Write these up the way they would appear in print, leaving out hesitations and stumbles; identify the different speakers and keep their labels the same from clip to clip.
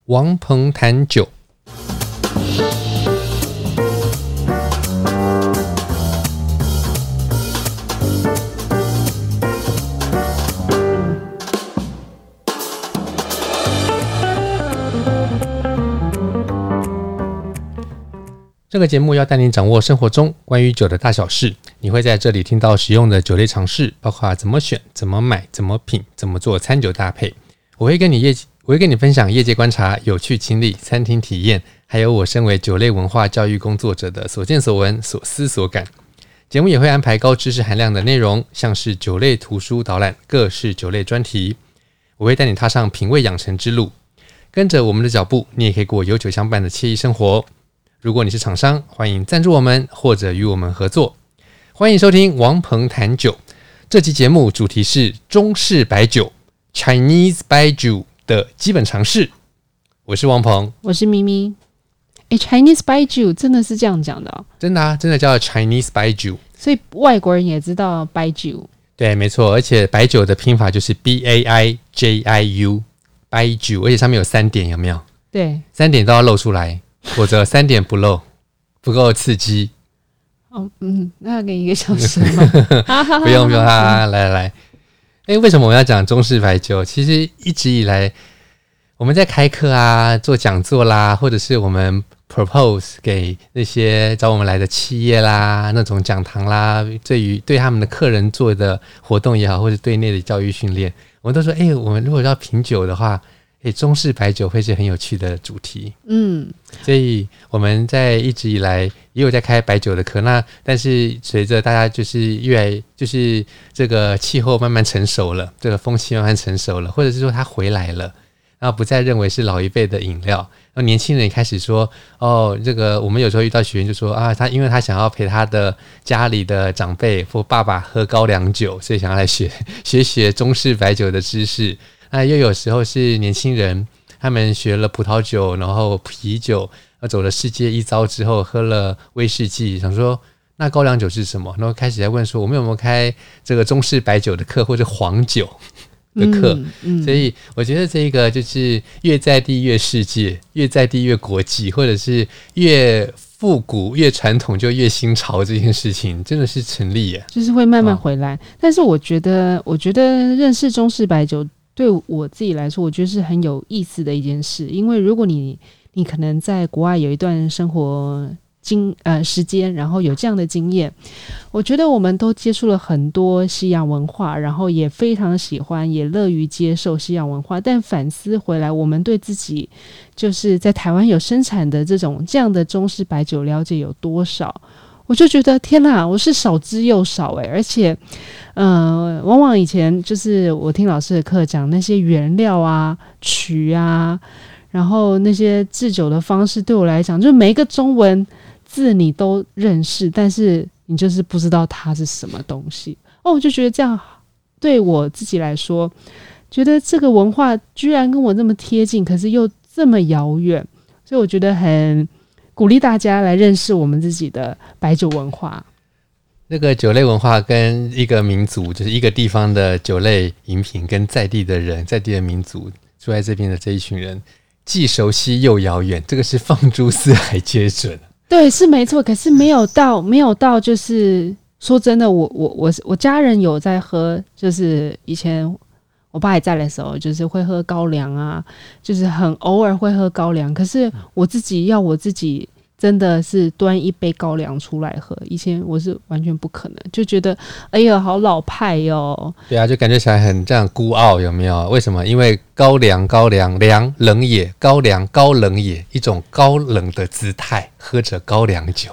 Speaker 1: 王鹏谈酒。这个节目要带你掌握生活中关于酒的大小事，你会在这里听到实用的酒类常识，包括怎么选、怎么买、怎么品、怎么做餐酒搭配。我会跟你分享业界观察、有趣经历、餐厅体验，还有我身为酒类文化教育工作者的所见所闻、所思所感。节目也会安排高知识含量的内容，像是酒类图书导览、各式酒类专题。我会带你踏上品味养成之路，跟着我们的脚步，你也可以过有酒相伴的惬意生活。如果你是厂商，欢迎赞助我们或者与我们合作。欢迎收听王鹏谈酒，这期节目主题是中式白酒 Chinese 白酒的基本常识。我是王鹏，
Speaker 2: 我是咪咪。Chinese 白酒真的是这样讲的哦？
Speaker 1: 真的啊，真的叫 Chinese 白酒，
Speaker 2: 所以外国人也知道白酒。
Speaker 1: 对，没错，而且白酒的拼法就是 BAIJIU 白酒，而且上面有3点，有没有？
Speaker 2: 对
Speaker 1: ，3点都要露出来，否则3点不露，不够刺激。
Speaker 2: 那要给1个小时吗？
Speaker 1: 不用来。为什么我们要讲中式白酒？其实一直以来我们在开课啊、做讲座啦，或者是我们 propose 给那些找我们来的企业啦、那种讲堂啦，对他们的客人做的活动也好，或者对内的教育训练，我们都说我们如果要品酒的话，中式白酒会是很有趣的主题。所以我们在一直以来也有在开白酒的课，但是随着大家就是就是这个气候慢慢成熟了，这个风气慢慢成熟了，或者是说它回来了，然后不再认为是老一辈的饮料，然后年轻人也开始说这个我们有时候遇到学员就说因为他想要陪他的家里的长辈或爸爸喝高粱酒，所以想要来学中式白酒的知识。那又有时候是年轻人，他们学了葡萄酒，然后啤酒，走了世界一遭之后，喝了威士忌，想说那高粱酒是什么？然后开始在问说，我们有没有开这个中式白酒的课，或者黄酒的课？所以我觉得这个就是越在地越世界，越在地越国际，或者是越复古越传统就越新潮，这件事情真的是成立耶，
Speaker 2: 就是会慢慢回来。但是我觉得认识中式白酒对我自己来说，我觉得是很有意思的一件事。因为如果你可能在国外有一段生活时间，然后有这样的经验，我觉得我们都接触了很多西洋文化，然后也非常喜欢，也乐于接受西洋文化。但反思回来，我们对自己就是在台湾有生产的这样的中式白酒了解有多少？我就觉得天哪，我是少之又少而且往往以前就是我听老师的课讲那些原料啊、曲啊，然后那些制酒的方式，对我来讲，就每一个中文字你都认识，但是你就是不知道它是什么东西。我就觉得这样对我自己来说，觉得这个文化居然跟我这么贴近，可是又这么遥远，所以我觉得很鼓励大家来认识我们自己的白酒文化。
Speaker 1: 这个酒类文化跟一个民族，就是一个地方的酒类饮品，跟在地的人、在地的民族住在这边的这一群人，既熟悉又遥远，这个是放诸四海皆准。
Speaker 2: 对，是没错，可是没有到，就是说真的，我家人有在喝，就是以前我爸还在的时候，就是会喝高粱啊，就是很偶尔会喝高粱。可是我自己真的是端一杯高粱出来喝，以前我是完全不可能，就觉得哎呀好老派哦。对
Speaker 1: 啊，就感觉起来很这样孤傲，有没有？为什么？因为高粱凉冷也，高粱高冷也，一种高冷的姿态，喝着高粱酒。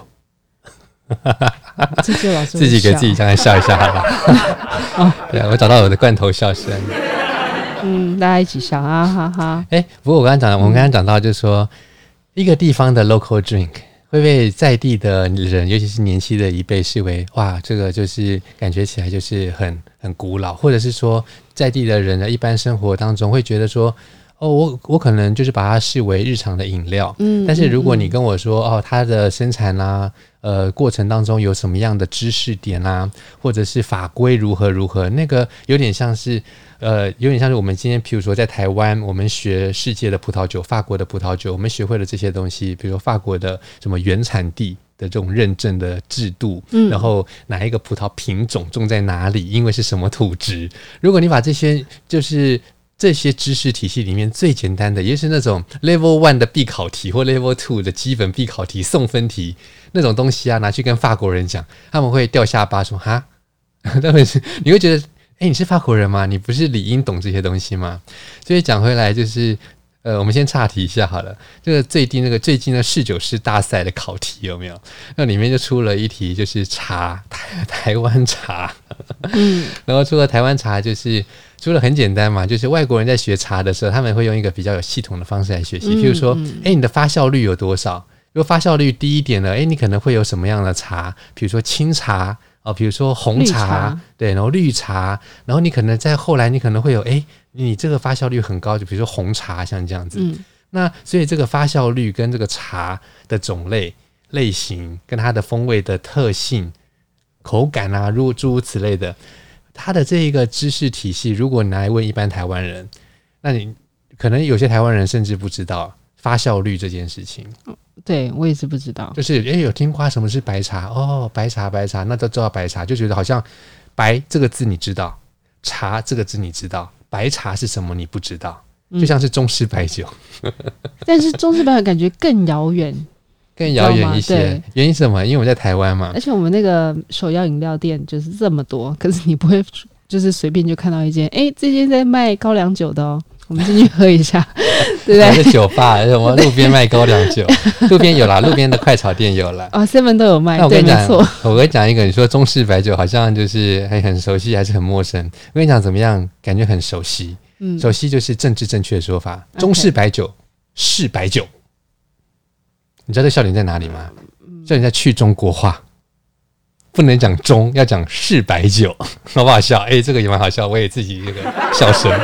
Speaker 2: 这就老师
Speaker 1: 自己给自己这样笑一下好了。对啊，我找到我的罐头笑声。
Speaker 2: 大家一起笑啊哈哈。
Speaker 1: 不过我们刚刚讲到就是说，一个地方的 local drink 会被在地的人，尤其是年轻的一辈视为哇，这个就是感觉起来就是很古老，或者是说在地的人的一般生活当中会觉得说我可能就是把它视为日常的饮料，但是如果你跟我说它的生产啊过程当中有什么样的知识点啊，或者是法规如何，那个有点像是我们今天譬如说在台湾我们学世界的葡萄酒，法国的葡萄酒，我们学会了这些东西，比如说法国的什么原产地的这种认证的制度，然后哪一个葡萄品种种在哪里，因为是什么土质，如果你把这些这些知识体系里面最简单的，也是那种 Level 1的必考题或 Level 2的基本必考题送分题那种东西啊，拿去跟法国人讲，他们会掉下巴说哈，你会觉得你是法国人吗？你不是理应懂这些东西吗？所以讲回来就是我们先岔题一下好了。这个最近的侍酒师大赛的考题有没有？那里面就出了一题，就是茶台湾茶，然后出了台湾茶就是除了很简单嘛，就是外国人在学茶的时候，他们会用一个比较有系统的方式来学习，譬如说，你的发酵率有多少？如果发酵率低一点了，你可能会有什么样的茶？比如说清茶比如说红茶，对，然后绿茶，然后你可能在后来你可能会有，你这个发酵率很高，就比如说红茶像这样子。那所以这个发酵率跟这个茶的种类型，跟它的风味的特性、口感啊，诸如此类的。他的这一个知识体系，如果你拿来问一般台湾人，那你可能有些台湾人甚至不知道发酵率这件事情。
Speaker 2: 对，我也是不知道。
Speaker 1: 就是有听过什么是白茶白茶，那都知道白茶，就觉得好像白这个字你知道，茶这个字你知道，白茶是什么你不知道，就像是中式白酒。
Speaker 2: 但是中式白酒感觉更遥远。
Speaker 1: 更遥远一些，原因是什么？因为我们在台湾嘛，
Speaker 2: 而且我们那个手摇饮料店就是这么多，可是你不会就是随便就看到一间，这间在卖高粱酒的我们进去喝一下，对不对？
Speaker 1: 还是酒吧，什么路边卖高粱酒，路边有啦，路边的快炒店有啦
Speaker 2: ，7都有卖。
Speaker 1: 那我跟你讲，
Speaker 2: 我
Speaker 1: 跟你讲一个，你说中式白酒好像就是很熟悉，还是很陌生？我跟你讲怎么样？感觉很熟悉，熟悉就是政治正确的说法，中式白酒是白酒。你知道这笑点在哪里吗？笑点在去中国化，不能讲中，要讲是白酒，好不好笑？这个也蛮好笑，我也自己这个笑声。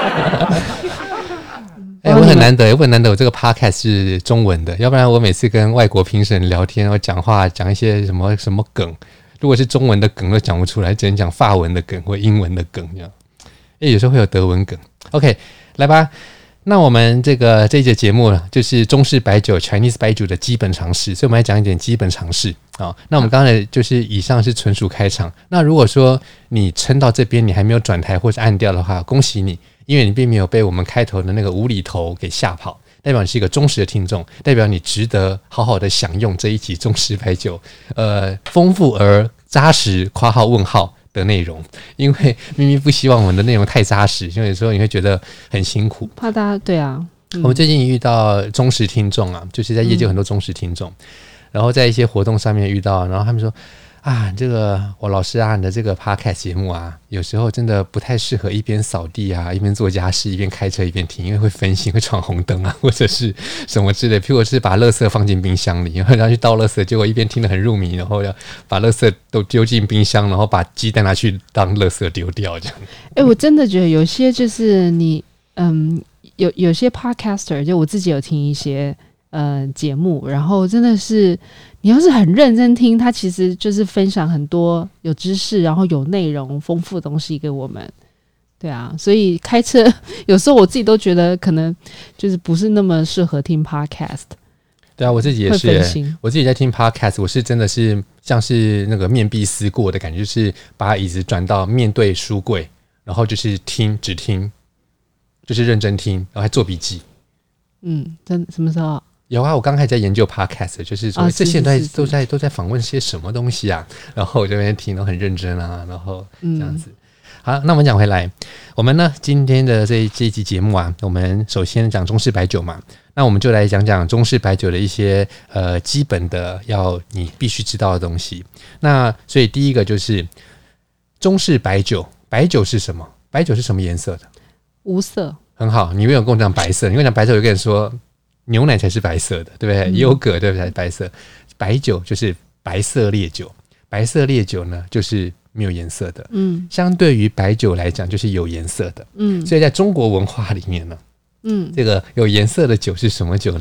Speaker 1: 我很难得，我这个 podcast 是中文的，要不然我每次跟外国评审聊天，我讲话讲一些什么梗，如果是中文的梗都讲不出来，只能讲法文的梗或英文的梗这样。有时候会有德文梗。OK， 来吧。那我们这一节节目就是中式白酒 Chinese 白酒的基本常识，所以我们来讲一点基本常识那我们刚才就是以上是纯属开场，那如果说你撑到这边你还没有转台或是按掉的话，恭喜你，因为你并没有被我们开头的那个无厘头给吓跑，代表你是一个忠实的听众，代表你值得好好的享用这一集中式白酒丰富而扎实括号问号的内容，因为咪咪不希望我们的内容太扎实，因为有时候你会觉得很辛苦，
Speaker 2: 怕大家对啊。
Speaker 1: 我们最近遇到忠实听众就是在业界有很多忠实听众，然后在一些活动上面遇到，然后他们说这个我老师你的这个 podcast 节目有时候真的不太适合一边扫地一边做家事一边开车一边听，因为会分心，会闯红灯或者是什么之类，譬如是把垃圾放进冰箱里，然后去倒垃圾，结果一边听得很入迷，然后要把垃圾都丢进冰箱，然后把鸡蛋拿去当垃圾丢掉这样。
Speaker 2: 我真的觉得有些就是你有些 podcaster， 就我自己有听一些节目，然后真的是你要是很认真听，他其实就是分享很多有知识然后有内容丰富的东西给我们。对啊，所以开车有时候我自己都觉得可能就是不是那么适合听 podcast。
Speaker 1: 对啊，我自己也是我自己在听 podcast， 我是真的是像是那个面壁思过的感觉，就是把椅子转到面对书柜，然后就是只听，就是认真听，然后还做笔记。
Speaker 2: 真的什么时候？
Speaker 1: 有我刚开始在研究 podcast， 就是说这些都在访问些什么东西然后我这边听都很认真然后这样子。好，那我们讲回来，我们呢今天的这一集节目我们首先讲中式白酒嘛，那我们就来讲讲中式白酒的一些基本的你必须知道的东西。那所以第一个就是中式白酒，白酒是什么？白酒是什么颜色的？
Speaker 2: 无色。很
Speaker 1: 好，你没有跟我讲白色，你跟我讲白色，有个人说牛奶才是白色的，对不对？优格对不对？白色，白酒就是白色烈酒，白色烈酒呢就是没有颜色的，相对于白酒来讲就是有颜色的，所以在中国文化里面呢，这个有颜色的酒是什么酒呢？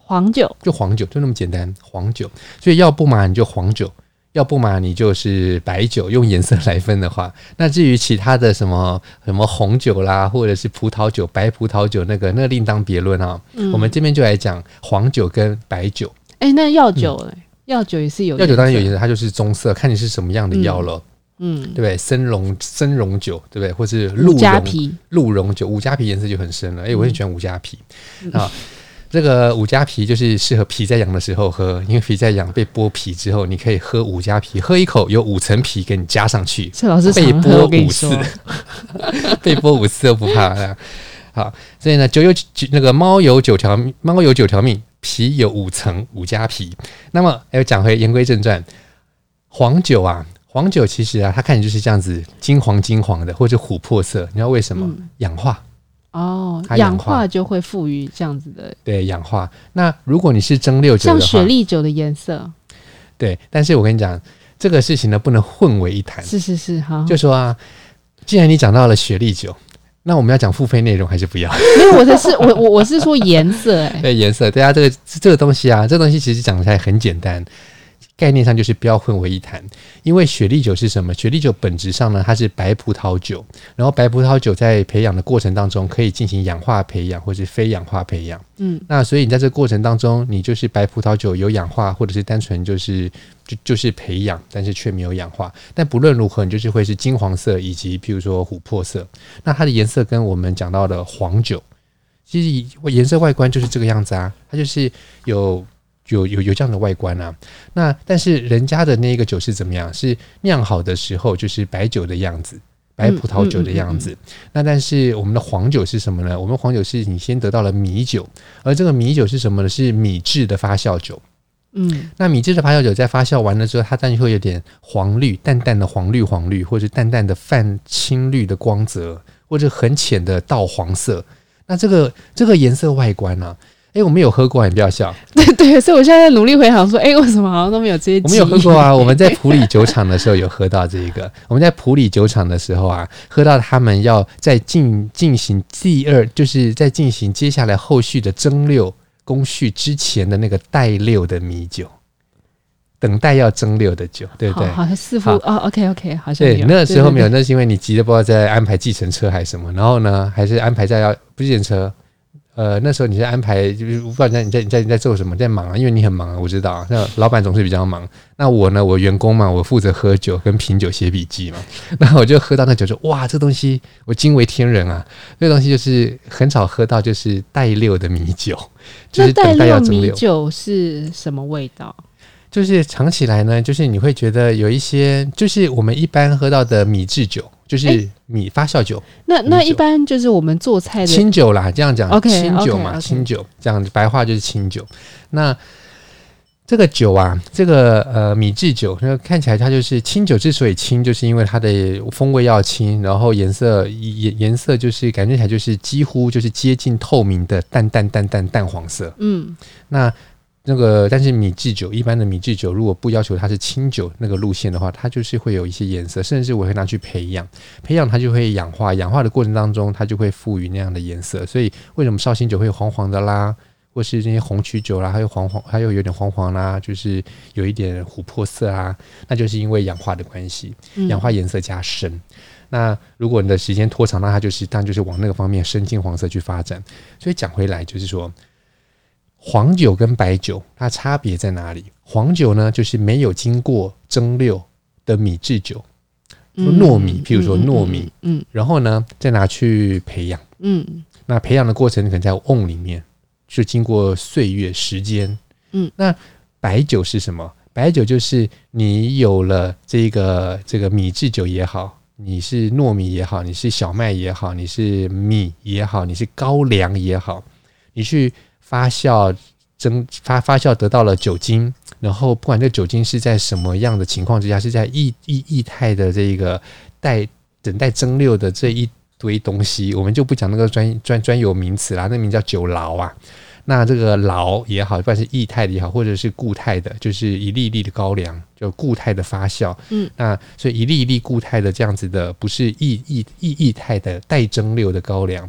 Speaker 2: 黄酒，
Speaker 1: 就黄酒，就那么简单，黄酒。所以要不嘛你就黄酒，要不嘛你就是白酒，用颜色来分的话，那至于其他的什么红酒啦，或者是葡萄酒、白葡萄酒，那另当别论啊。我们这边就来讲黄酒跟白酒。
Speaker 2: 那药酒呢？药酒也是有颜色，
Speaker 1: 药酒当然有颜色，它就是棕色，看你是什么样的药了。对不对？生茸酒，对不对？或是鹿茸酒，五加皮颜色就很深了。我很喜欢五加皮啊。这个五加皮就是适合皮在痒的时候喝，因为皮在痒被剥皮之后，你可以喝五加皮，喝一口有5层皮给你加上去。
Speaker 2: 这老师
Speaker 1: 被剥5次，被剥5次都不怕。好，所以呢，酒有那个猫有9条命，皮有5层5加皮。那么讲回言归正传，黄酒啊。黄酒其实啊，它看起来就是这样子金黄的，或者琥珀色。你知道为什么？氧化
Speaker 2: 氧化就会赋予这样子的。对，
Speaker 1: 氧化。那如果你是蒸馏酒的话，
Speaker 2: 像雪莉酒的颜色。对，
Speaker 1: 但是我跟你讲，这个事情呢不能混为一谈。
Speaker 2: 是，好。
Speaker 1: 就说啊，既然你讲到了雪莉酒，那我们要讲付费内容还是不要？
Speaker 2: 没有，我是说颜色。
Speaker 1: 对，颜色。对啊，这个东西啊，这个东西其实讲起来很简单。概念上就是不要混为一谈，因为雪莉酒是什么？雪莉酒本质上呢，它是白葡萄酒，然后白葡萄酒在培养的过程当中可以进行氧化培养或是非氧化培养。那所以你在这个过程当中，你就是白葡萄酒有氧化，或者是单纯就是培养，但是却没有氧化。但不论如何，你就是会是金黄色以及譬如说琥珀色。那它的颜色跟我们讲到的黄酒，其实颜色外观就是这个样子啊，它就是有这样的外观啊。那但是人家的那个酒是怎么样？是酿好的时候就是白酒的样子，白葡萄酒的样子。那但是我们的黄酒是什么呢？我们黄酒是你先得到了米酒，而这个米酒是什么呢？是米制的发酵酒。那米制的发酵酒在发酵完了之后，它当然会有点黄绿，淡淡的黄绿，或者淡淡的泛青绿的光泽，或者很浅的稻黄色。那这个颜色外观啊，我们有喝过，你不要笑。
Speaker 2: 对，所以我现在在努力回想说，为什么好像都没有这些记忆？
Speaker 1: 我们有喝过啊，我们在普里酒厂的时候有喝到这个。我们在普里酒厂的时候啊，喝到他们要在进行就是在进行接下来后续的蒸馏工序之前的那个待馏的米酒，等待要蒸馏的酒，对不对？
Speaker 2: 好，似乎OK， 好像有。
Speaker 1: 对，那时候没有，那是因为你急得不知道在安排计程车还是什么，然后呢，还是安排不是计程车。那时候你在安排，就是不知道你在做什么，在忙啊，因为你很忙啊，我知道啊。那老板总是比较忙，那我呢，我员工嘛，我负责喝酒跟品酒写笔记嘛。那我就喝到那酒就哇，这东西我惊为天人啊！这个东西就是很少喝到，就是待馏的米酒，就是等待要蒸馏。
Speaker 2: 米酒是什么味道？
Speaker 1: 就是尝起来呢，就是你会觉得有一些，就是我们一般喝到的米制酒。就是米发酵酒，
Speaker 2: 那一般就是我们做菜的
Speaker 1: 清酒啦，这样讲清酒嘛，
Speaker 2: okay.
Speaker 1: 清酒这样白话就是清酒。那这个酒啊，这个米制酒，看起来它就是清酒，之所以清，就是因为它的风味要清，然后颜色就是感觉起来就是几乎就是接近透明的淡黄色。那个，但是米制酒，一般的米制酒，如果不要求它是清酒那个路线的话，它就是会有一些颜色，甚至我会拿去培养它就会氧化的过程当中，它就会赋予那样的颜色。所以为什么绍兴酒会黄黄的啦，或是那些红曲酒啦，还有点黄啦，就是有一点琥珀色啊，那就是因为氧化的关系，氧化颜色加深。那如果你的时间拖长，那它当然就是往那个方面深金黄色去发展。所以讲回来就是说，黄酒跟白酒它差别在哪里？黄酒呢，就是没有经过蒸馏的米制酒，糯米，譬如说糯米，然后呢再拿去培养，那培养的过程可能在瓮里面，就经过岁月时间，那白酒是什么？白酒就是你有了这个米制酒也好，你是糯米也好，你是小麦也好，你是米也好，你是高粱也好，你去发酵得到了酒精，然后不管这个酒精是在什么样的情况之下，是在液态的这个等待蒸馏的这一堆东西，我们就不讲那个专有名词啦，那名叫酒醪啊。那这个醪也好，不管是液态的也好，或者是固态的，就是一粒一粒的高粱，就固态的发酵。那所以一粒一粒固态的这样子的，不是液态的待蒸馏的高粱。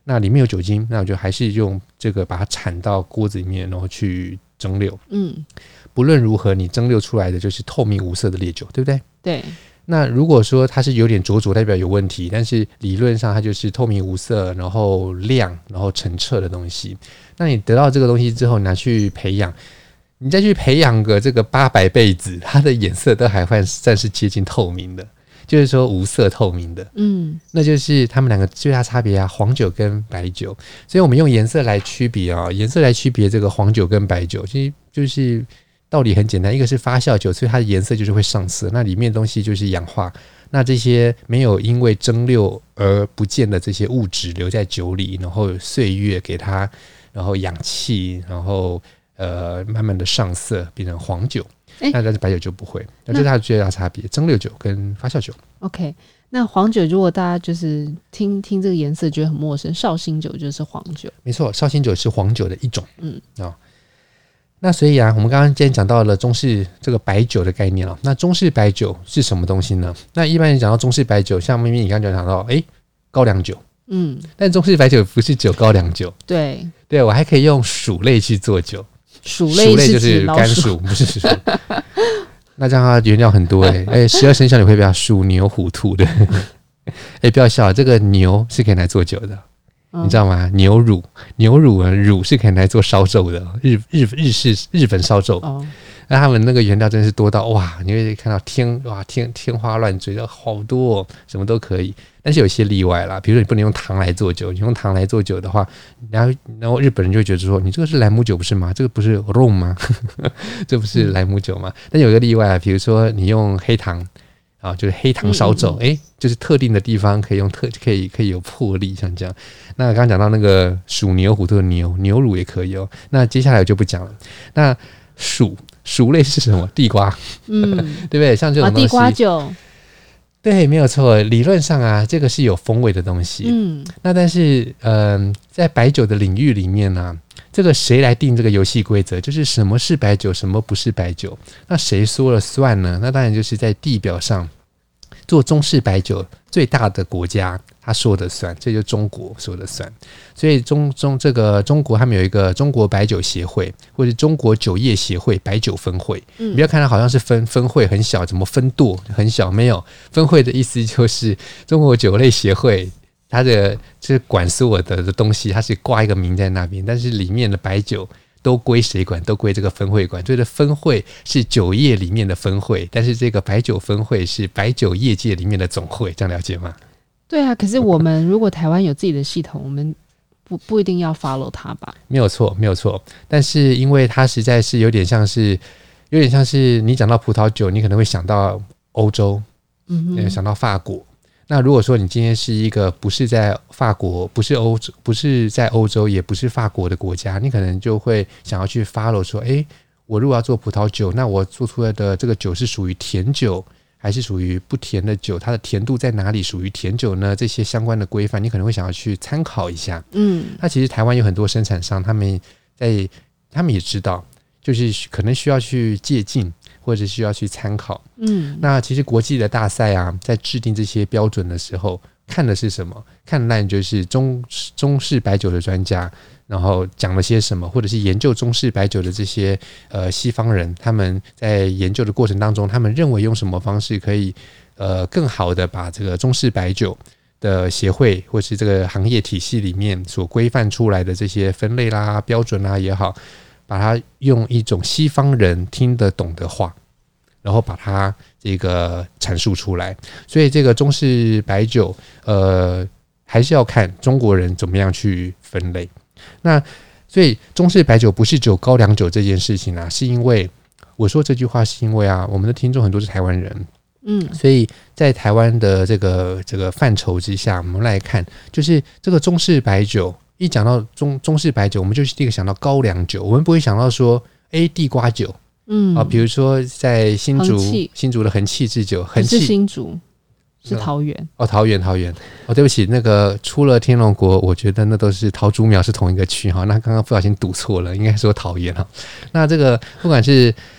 Speaker 1: 那里面有酒精，那我就还是用这个把它铲到锅子里面，然后去蒸馏。不论如何，你蒸馏出来的就是透明无色的烈酒，对不对？
Speaker 2: 对。
Speaker 1: 那如果说它是有点浊浊，代表有问题，但是理论上它就是透明无色，然后亮，然后澄澈的东西。那你得到这个东西之后，你拿去培养，你再去培养个这个800辈子，它的颜色都还会算是接近透明的。就是说无色透明的，那就是他们两个最大差别啊，黄酒跟白酒。所以我们用颜色来区别啊，颜色来区别这个黄酒跟白酒，其实就是道理很简单，一个是发酵酒，所以它的颜色就是会上色，那里面的东西就是氧化，那这些没有因为蒸馏而不见的这些物质留在酒里，然后岁月给它，然后氧气，然后慢慢的上色变成黄酒。那但是白酒就不会，那这是它的最大差别，蒸馏酒跟发酵酒。
Speaker 2: OK， 那黄酒如果大家就是听这个颜色觉得很陌生，绍兴酒就是黄酒。
Speaker 1: 没错，绍兴酒是黄酒的一种。那所以啊，我们刚刚今天讲到了中式这个白酒的概念了。那中式白酒是什么东西呢？那一般人讲到中式白酒，像明明你刚刚讲到，高粱酒。但中式白酒不是酒高粱酒。对，我还可以用薯类去做酒。
Speaker 2: 薯类
Speaker 1: 就是甘薯，不是薯。那这样它原料很多12生肖你会不要鼠牛虎兔的？不要笑，这个牛是可以来做酒的，你知道吗？牛乳乳是可以来做烧酎的，日本烧酎。那他们那个原料真是多到哇，你会看到天花乱坠，好多什么都可以。但是有一些例外啦，比如说你不能用糖来做酒，你用糖来做酒的话，然后日本人就会觉得说，你这个是莱姆酒不是吗？这个不是 rum 吗？这不是莱姆酒吗？但有一个例外啊，比如说你用黑糖啊，就是黑糖烧酎，就是特定的地方可以用可以有魄力，像这样。那刚刚讲到那个属牛虎兔的牛乳也可以哦。那接下来我就不讲了。那薯类是什么？地瓜，对不对？像这种东西，
Speaker 2: 地瓜酒，
Speaker 1: 对，没有错。理论上啊，这个是有风味的东西。那但是，在白酒的领域里面呢，这个谁来定这个游戏规则？就是什么是白酒，什么不是白酒？那谁说了算呢？那当然就是在地表上做中式白酒最大的国家，他说的算，这就中国说的算。所以这个中国他们有一个中国白酒协会，或者中国酒业协会白酒分会。你不要看它好像是分会很小，怎么分舵很小，没有。分会的意思就是中国酒类协会，它的就是管所有的东西，它是挂一个名在那边，但是里面的白酒都归谁管？都归这个分会管。所以的分会是酒业里面的分会，但是这个白酒分会是白酒业界里面的总会，这样了解吗？
Speaker 2: 对啊，可是我们如果台湾有自己的系统，我们不一定要 follow 它吧？
Speaker 1: 没有错。但是因为它实在是有点像是你讲到葡萄酒，你可能会想到欧洲，想到法国。那如果说你今天是一个不是在法国，不是在欧洲，也不是法国的国家，你可能就会想要去 follow 说，我如果要做葡萄酒，那我做出来的这个酒是属于甜酒还是属于不甜的酒？它的甜度在哪里属于甜酒呢？这些相关的规范，你可能会想要去参考一下。那其实台湾有很多生产商，他们也知道，就是可能需要去借鉴，或者需要去参考。那其实国际的大赛啊，在制定这些标准的时候，看的是什么？看的就是中式白酒的专家，然后讲了些什么，或者是研究中式白酒的这些西方人，他们在研究的过程当中，他们认为用什么方式可以更好的把这个中式白酒的协会或是这个行业体系里面所规范出来的这些分类啦、标准啦也好，把它用一种西方人听得懂的话，然后把它这个阐述出来。所以这个中式白酒还是要看中国人怎么样去分类。那所以中式白酒不是只有高粱酒这件事情啊，是因为我说这句话是因为啊，我们的听众很多是台湾人，所以在台湾的这个范畴之下，我们来看，就是这个中式白酒，一讲到中式白酒，我们就是第一个想到高粱酒，我们不会想到说地瓜酒，比如说在新竹的恒气制酒，
Speaker 2: 不是新竹，是桃园。
Speaker 1: 桃园对不起，那个出了天龙国，我觉得那都是桃竹苗是同一个区哈。那刚刚不小心读错了，应该说桃园哈。那这个不管是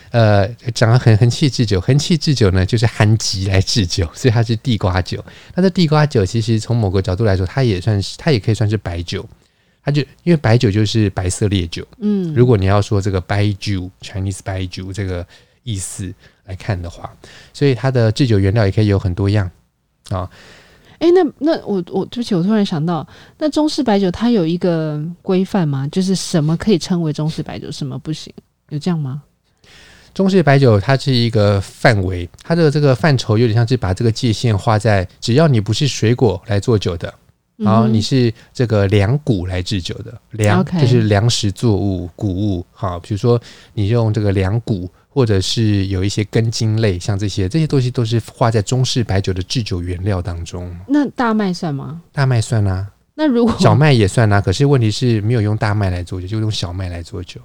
Speaker 1: 讲到恒气制酒，恒气制酒呢就是含吉来制酒，所以它是地瓜酒。那这地瓜酒其实从某个角度来说，它也可以算是白酒。它就因为白酒就是白色烈酒，如果你要说这个白酒 Chinese 白酒这个意思来看的话，所以它的制酒原料也可以有很多样啊。
Speaker 2: 那我对不起，我突然想到，那中式白酒它有一个规范吗？就是什么可以称为中式白酒，什么不行？有这样吗？
Speaker 1: 中式白酒它是一个范围，它的这个范畴有点像是把这个界限画在，只要你不是水果来做酒的。然后你是这个粮谷来制酒的，粮就是粮食作物、谷物，好，比如说你用这个粮谷，或者是有一些根茎类，像这些东西都是画在中式白酒的制酒原料当中。
Speaker 2: 那大麦算吗？
Speaker 1: 大麦算啊，
Speaker 2: 那如果
Speaker 1: 小麦也算啊，可是问题是没有用大麦来做酒，就用小麦来做酒。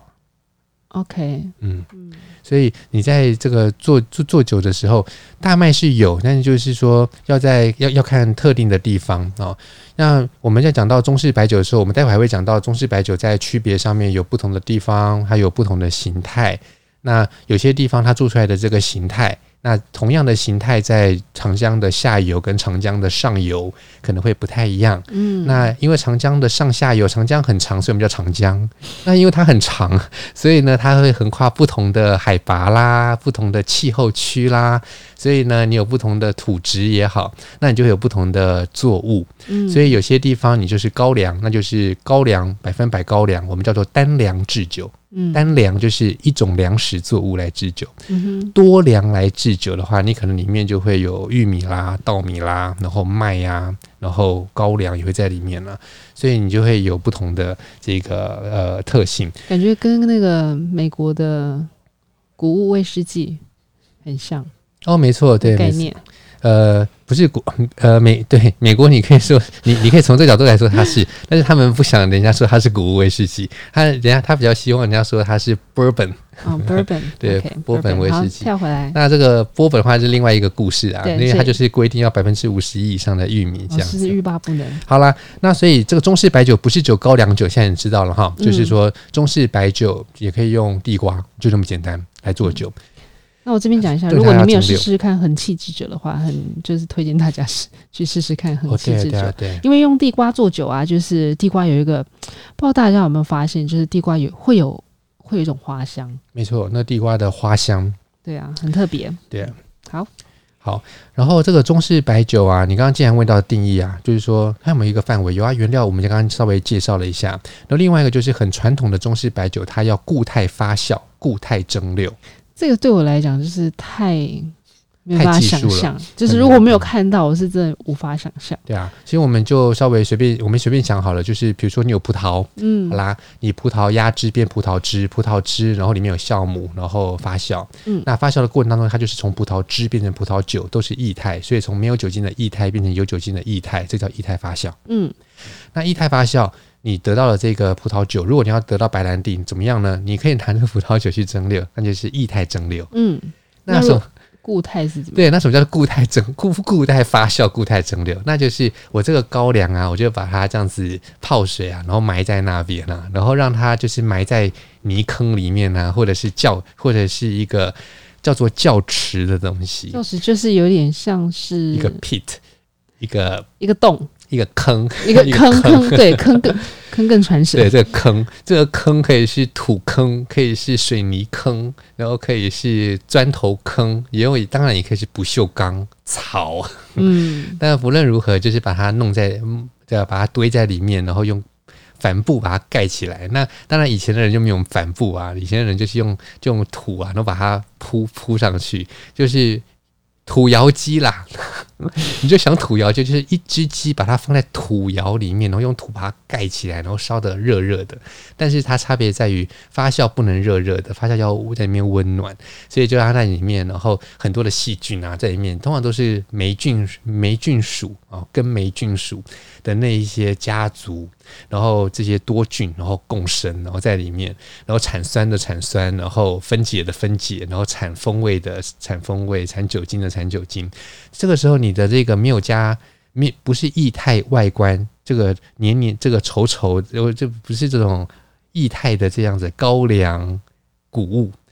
Speaker 2: OK，
Speaker 1: 所以你在这个做酒的时候，大麦是有，但是就是说要看特定的地方哦。那我们在讲到中式白酒的时候，我们待会还会讲到中式白酒在区别上面有不同的地方，还有不同的形态。那有些地方它做出来的这个形态，那同样的形态在长江的下游跟长江的上游可能会不太一样。那因为长江的上下游，长江很长，所以我们叫长江。那因为它很长，所以呢它会横跨不同的海拔啦，不同的气候区啦，所以呢你有不同的土质也好，那你就会有不同的作物。所以有些地方你就是高粱，那就是高粱100%高粱，我们叫做单粮制酒。单粮就是一种粮食作物来制酒，多粮来制酒的话，你可能里面就会有玉米啦、稻米啦，然后麦呀，然后高粱也会在里面了，所以你就会有不同的这个特性。
Speaker 2: 感觉跟那个美国的谷物威士忌很像
Speaker 1: 哦，没错，对，
Speaker 2: 概念。
Speaker 1: 不是美国，你可以说你可以从这个角度来说它是，但是他们不想人家说它是谷物威士忌，他比较希望人家说它是 bourbon。
Speaker 2: bourbon
Speaker 1: 对，波本威士忌。
Speaker 2: 跳回来，
Speaker 1: 那这个波本的话是另外一个故事啊，因为它就是规定要51%以上的玉米这样子，
Speaker 2: 是欲罢不能。
Speaker 1: 好啦，那所以这个中式白酒不是只有高粱酒，现在你知道了哈，就是说中式白酒也可以用地瓜，就这么简单来做酒。
Speaker 2: 那我这边讲一下，如果你没有试试看恒气制酒的话，就是推荐大家去试试看恒气制酒，因为用地瓜做酒啊，就是地瓜有一个，不知道大家有没有发现，就是地瓜会有一种花香。没
Speaker 1: 错，那地瓜的花香，
Speaker 2: 对啊，很特别。
Speaker 1: 对啊，
Speaker 2: 好。
Speaker 1: 然后这个中式白酒啊，你刚刚既然问到定义啊，就是说它有没有一个范围？有啊，原料我们刚刚稍微介绍了一下。然后另外一个就是很传统的中式白酒，它要固态发酵、固态蒸馏。这
Speaker 2: 个对我来讲就是太没有办法想象，就是如果没有看到，我是真的无法想象。
Speaker 1: 对啊，其实我们就稍微随便想好了，就是比如说你有葡萄，好啦，你葡萄压汁变葡萄汁，然后里面有酵母，然后发酵，那发酵的过程当中，它就是从葡萄汁变成葡萄酒，都是液态，所以从没有酒精的液态变成有酒精的液态，这叫液态发酵。那液态发酵，你得到了这个葡萄酒，如果你要得到白兰地，怎么样呢？你可以拿这个葡萄酒去蒸馏，那就是液态蒸馏。那什么
Speaker 2: 固态是怎么样？
Speaker 1: 对，那什么叫固态发酵、固态蒸馏？那就是我这个高粱啊，我就把它这样子泡水啊，然后埋在那边啊，然后让它就是埋在泥坑里面啊，或者是一个叫做窖池的东西。
Speaker 2: 窖池就是有点像是
Speaker 1: 一个 pit， 一个
Speaker 2: 洞。
Speaker 1: 一个坑，
Speaker 2: 对，坑更传神。
Speaker 1: 对，这个坑可以是土坑，可以是水泥坑，然后可以是砖头坑，当然也可以是不锈钢、草。但不论如何，就是把它把它堆在里面，然后用帆布把它盖起来。那当然，以前的人就没有帆布啊，以前的人就是用土啊，然后把它铺上去，就是土窑鸡啦。你就想土窑就是一只鸡把它放在土窑里面，然后用土把它盖起来，然后烧得热热的。但是它差别在于发酵不能热热的，发酵要在里面温暖，所以就让它在里面，然后很多的细菌啊在里面，通常都是霉菌属啊，跟霉菌属的那一些家族，然后这些多菌然后共生，然后在里面，然后产酸的产酸，然后分解的分解，然后产风味的产风味，产酒精的产酒精。这个时候你的这个不是液态外观，这个黏这个稠稠，就不是这种液态的这样子高粱谷物，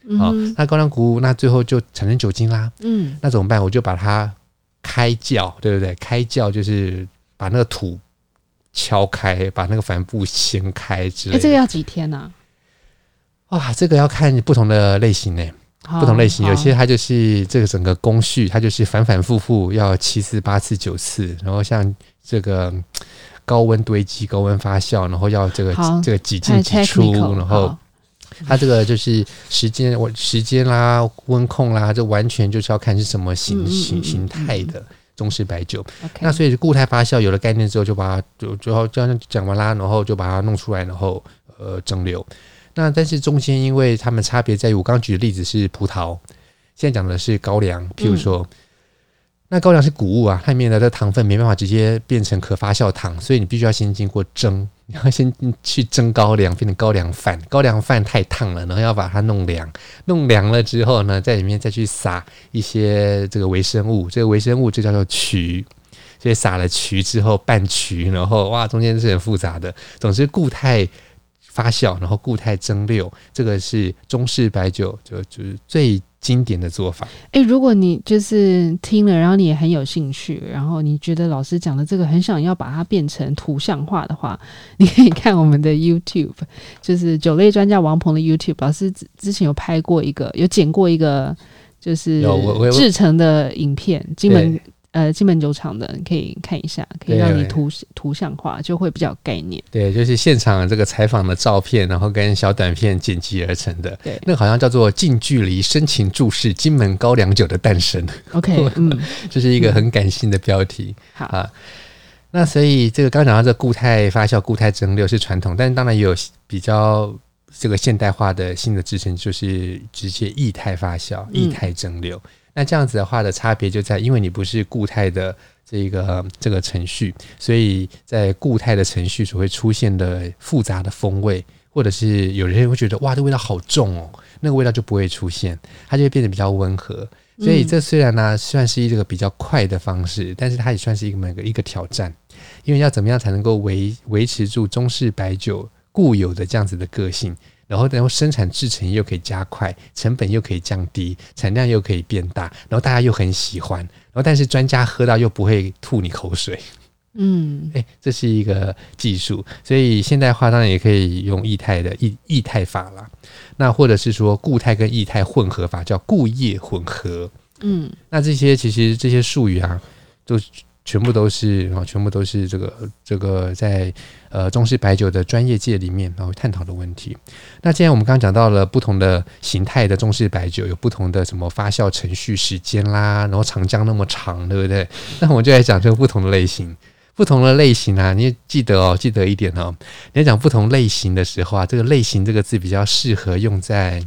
Speaker 1: 那高粱谷物那最后就产生酒精啦，那怎么办？我就把它开窖，对不对？开窖就是把那个土敲开，把那个帆布掀开之类的。
Speaker 2: 这个要几天呢？
Speaker 1: 这个要看不同的类型呢。不同类型，有些它就是这个整个工序，它就是反反复复要7次、8次、9次，然后像这个高温堆积、高温发酵，然后要这个几进几出，然后它这个就是时间啦、温控啦，这完全就是要看是什么形态的中式白酒。那所以固态发酵有了概念之后，就把它就这样讲完啦，然后就把它弄出来，然后蒸馏。那但是中间因为它们差别在于，我刚刚举的例子是葡萄，现在讲的是高粱。譬如说，那高粱是谷物啊，它里面的这糖分没办法直接变成可发酵糖，所以你必须要先经过蒸，你要先去蒸高粱，变成高粱饭。高粱饭太烫了，然后要把它弄凉，弄凉了之后呢，在里面再去撒一些这个微生物，这个微生物就叫做曲。所以撒了曲之后拌曲，然后中间是很复杂的。总之固态发酵，然后固态蒸馏，这个是中式白酒就是最经典的做法。
Speaker 2: 如果你就是听了，然后你也很有兴趣，然后你觉得老师讲的这个很想要把它变成图像化的话，你可以看我们的 YouTube， 就是酒类专家王鹏的 YouTube， 老师之前有拍过有剪过一个就是制成的影片，金门酒厂的，你可以看一下，可以让你图像化，就会比较有概念。
Speaker 1: 对，就是现场这个采访的照片，然后跟小短片剪辑而成的。对，那个好像叫做近距离深情注视金门高粱酒的诞生。
Speaker 2: OK，
Speaker 1: 这是一个很感性的标题。
Speaker 2: 好
Speaker 1: 啊，那所以这个刚刚讲到这固态发酵、固态蒸馏是传统，但是当然也有比较这个现代化的新的制程，就是直接液态发酵、液态蒸馏。那这样子的话的差别就在，因为你不是固态的这个程序，所以在固态的程序所会出现的复杂的风味，或者是有人会觉得这味道好重哦，那个味道就不会出现，它就会变得比较温和。所以这虽然呢算是一个比较快的方式，但是它也算是一个挑战，因为要怎么样才能够维持住中式白酒固有的这样子的个性。然后生产制程又可以加快，成本又可以降低，产量又可以变大，然后大家又很喜欢，然后但是专家喝到又不会吐你口水。这是一个技术，所以现代化当然也可以用液态法啦，那或者是说固态跟液态混合法，叫固液混合。那其实这些术语啊，都全部都是这个在中式白酒的专业界里面探讨的问题。那既然我们刚刚讲到了不同的形态的中式白酒，有不同的什么发酵程序时间啦，然后长江那么长，对不对？那我们就来讲这个不同的类型。不同的类型啊，你也记得一点哦。你在讲不同类型的时候啊，这个类型这个字比较适合用在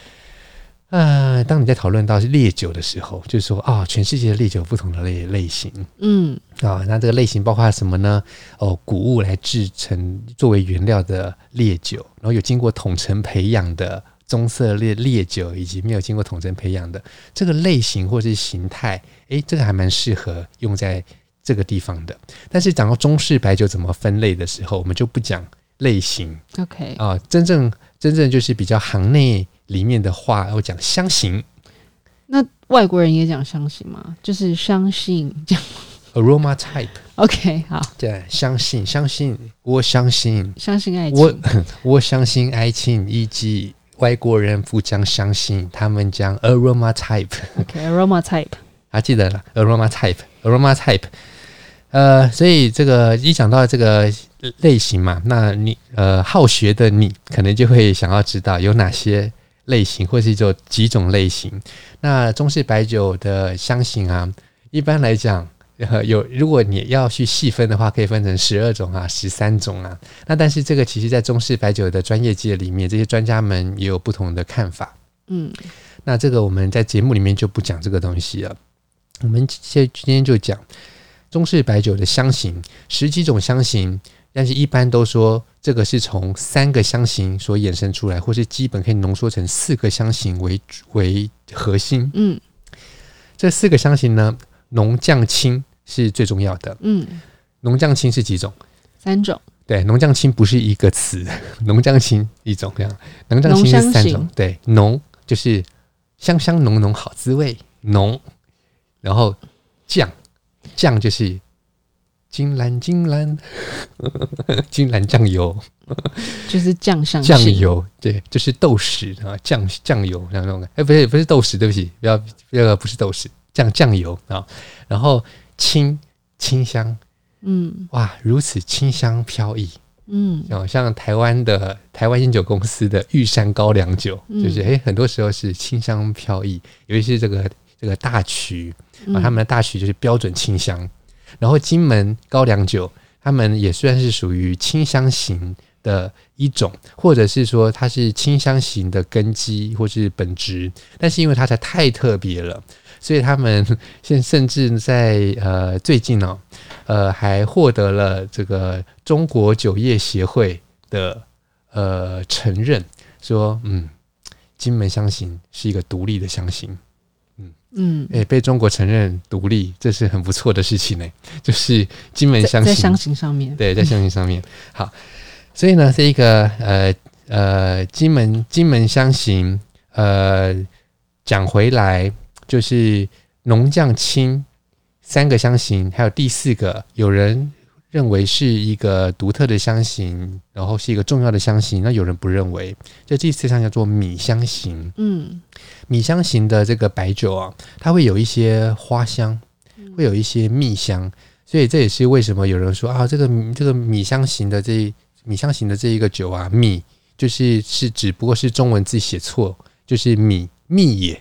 Speaker 1: 当你在讨论到是烈酒的时候，就是说全世界的烈酒有不同的类型。那这个类型包括什么呢？谷物来制成作为原料的烈酒，然后有经过统称培养的棕色烈酒，以及没有经过统称培养的这个类型或是形态，这个还蛮适合用在这个地方的。但是讲到中式白酒怎么分类的时候，我们就不讲类型。
Speaker 2: OK，
Speaker 1: 真正就是比较行内里面的话，要讲香型。
Speaker 2: 那外国人也讲香型吗？就是香性讲
Speaker 1: aroma type。OK，
Speaker 2: 好，
Speaker 1: 对，相信，我相信
Speaker 2: 爱情，
Speaker 1: 我相信爱情，以及外国人不讲相信，他们讲 aroma type。OK，aroma type， 记得了 aroma type。所以这个一讲到这个类型嘛，那你好学的你可能就会想要知道有哪些类型，或是有几种类型。那中式白酒的香型啊，一般来讲如果你要去细分的话，可以分成12种啊、13种啊。那但是这个其实在中式白酒的专业界里面，这些专家们也有不同的看法。那这个我们在节目里面就不讲这个东西了，我们今天就讲中式白酒的香型，10几种香型，但是一般都说这个是从3个香型所衍生出来，或是基本可以浓缩成4个香型为核心。这4个香型呢，浓降轻是最重要的。浓降轻是几种？3种。对，浓降轻不是一个词，浓降轻一种这样，浓降轻是3种。对，浓就是香香浓浓好滋味，浓，然后酱就是金兰金兰酱油，
Speaker 2: 就是酱香
Speaker 1: 酱油，对，就是豆豉啊，酱油那种，不是豆豉，对不起，不是豆豉，酱油啊，然后清香，哇，如此清香飘逸。像台湾烟酒公司的玉山高粱酒，就是很多时候是清香飘逸，尤其是这个大曲他们的大曲就是标准清香。然后金门高粱酒，他们也算是属于清香型的一种，或者是说它是清香型的根基或是本质，但是因为它才太特别了，所以他们甚至在最近还获得了这个中国酒业协会的承认，说金门香型是一个独立的香型。被中国承认独立，这是很不错的事情呢。就是金门香型
Speaker 2: 在香型上面，
Speaker 1: 对，在香型上面。好，所以呢，这一个金门香型，讲回来就是浓酱青3个香型，还有第4个，有人认为是一个独特的香型，然后是一个重要的香型，那有人不认为。这第4项叫做米香型。米香型的这个白酒啊，它会有一些花香，会有一些蜜香，所以这也是为什么有人说啊，这个米香型的这一个酒啊，米就是只不过是中文字写错，就是蜜也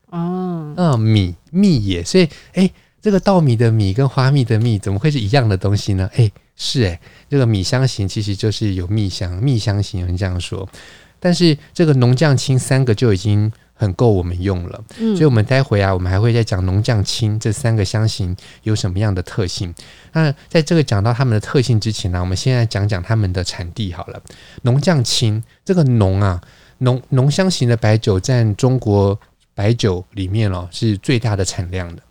Speaker 1: 蜜也，所以这个稻米的米跟花蜜的蜜怎么会是一样的东西呢？是这个米香型其实就是有蜜香型，有人这样说。但是这个浓酱青3个就已经很够我们用了，所以我们待会我们还会再讲浓酱青这3个香型有什么样的特性。那在这个讲到他们的特性之前呢，我们现在讲讲他们的产地好了。浓酱青这个浓香型的白酒占中国白酒里面是最大的产量的，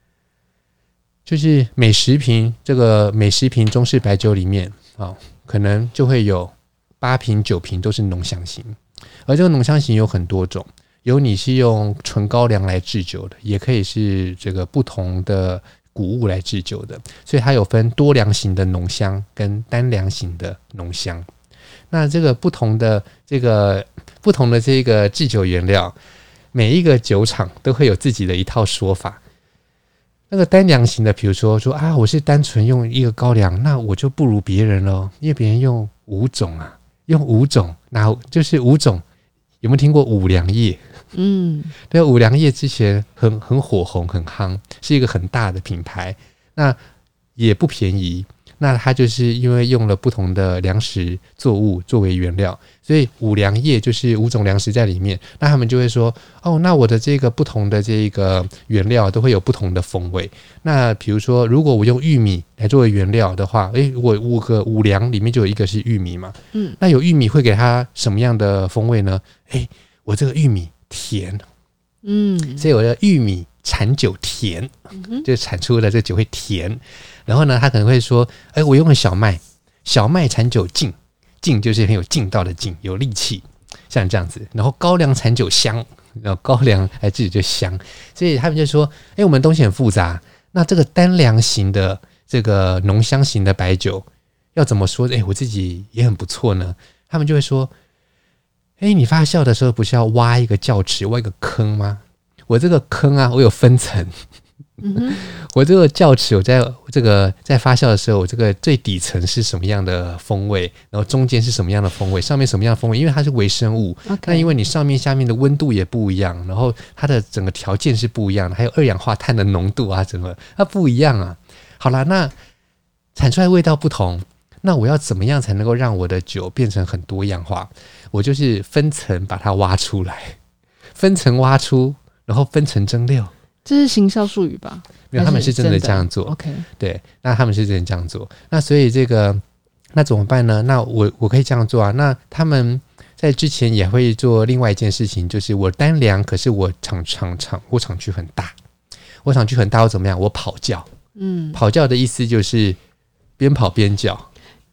Speaker 1: 就是每10瓶中式白酒里面可能就会有8瓶9瓶都是浓香型。而这个浓香型有很多种，有你是用纯高粱来制酒的，也可以是这个不同的谷物来制酒的，所以它有分多粱型的浓香跟单粱型的浓香。那这个不同的这个制酒原料，每一个酒厂都会有自己的一套说法。那个单粱型的，比如说我是单纯用一个高粱，那我就不如别人咯，因为别人用5种用5种，那就是5种。有没有听过五粮液？对，五粮液之前很火红，很夯，是一个很大的品牌，那也不便宜。那它就是因为用了不同的粮食作物作为原料，所以五粮液就是5种粮食在里面。那他们就会说，那我的这个不同的这个原料都会有不同的风味。那比如说，如果我用玉米来作为原料的话，我5粮里面就有1个是玉米嘛，那有玉米会给它什么样的风味呢？我这个玉米甜，所以我的玉米产酒甜，就产出的这酒会甜。然后呢，他可能会说，我用了小麦产酒劲，劲就是很有劲道的劲，有力气，像这样子。然后高粱产酒香，然后高粱自己就香，所以他们就说，我们东西很复杂。那这个单粱型的这个浓香型的白酒要怎么说？我自己也很不错呢。他们就会说，你发酵的时候不是要挖一个窖池，挖一个坑吗？我这个坑我有分层。我这个窖池，我在发酵的时候，我这个最底层是什么样的风味，然后中间是什么样的风味，上面什么样的风味，因为它是微生物，那因为你上面下面的温度也不一样，然后它的整个条件是不一样的，还有二氧化碳的浓度整个它不一样好啦，那产出来味道不同，那我要怎么样才能够让我的酒变成很多样化？我就是分层把它挖出来，分层挖出，然后分层蒸馏。
Speaker 2: 这是行销术语吧？
Speaker 1: 没有，他们是真的这样做。
Speaker 2: OK，
Speaker 1: 对，那他们是真的这样做。那所以那怎么办呢？那我可以这样做那他们在之前也会做另外一件事情，就是我单量，可是我厂区很大，我厂区很大，我怎么样？我跑窖。跑窖的意思就是边跑边叫。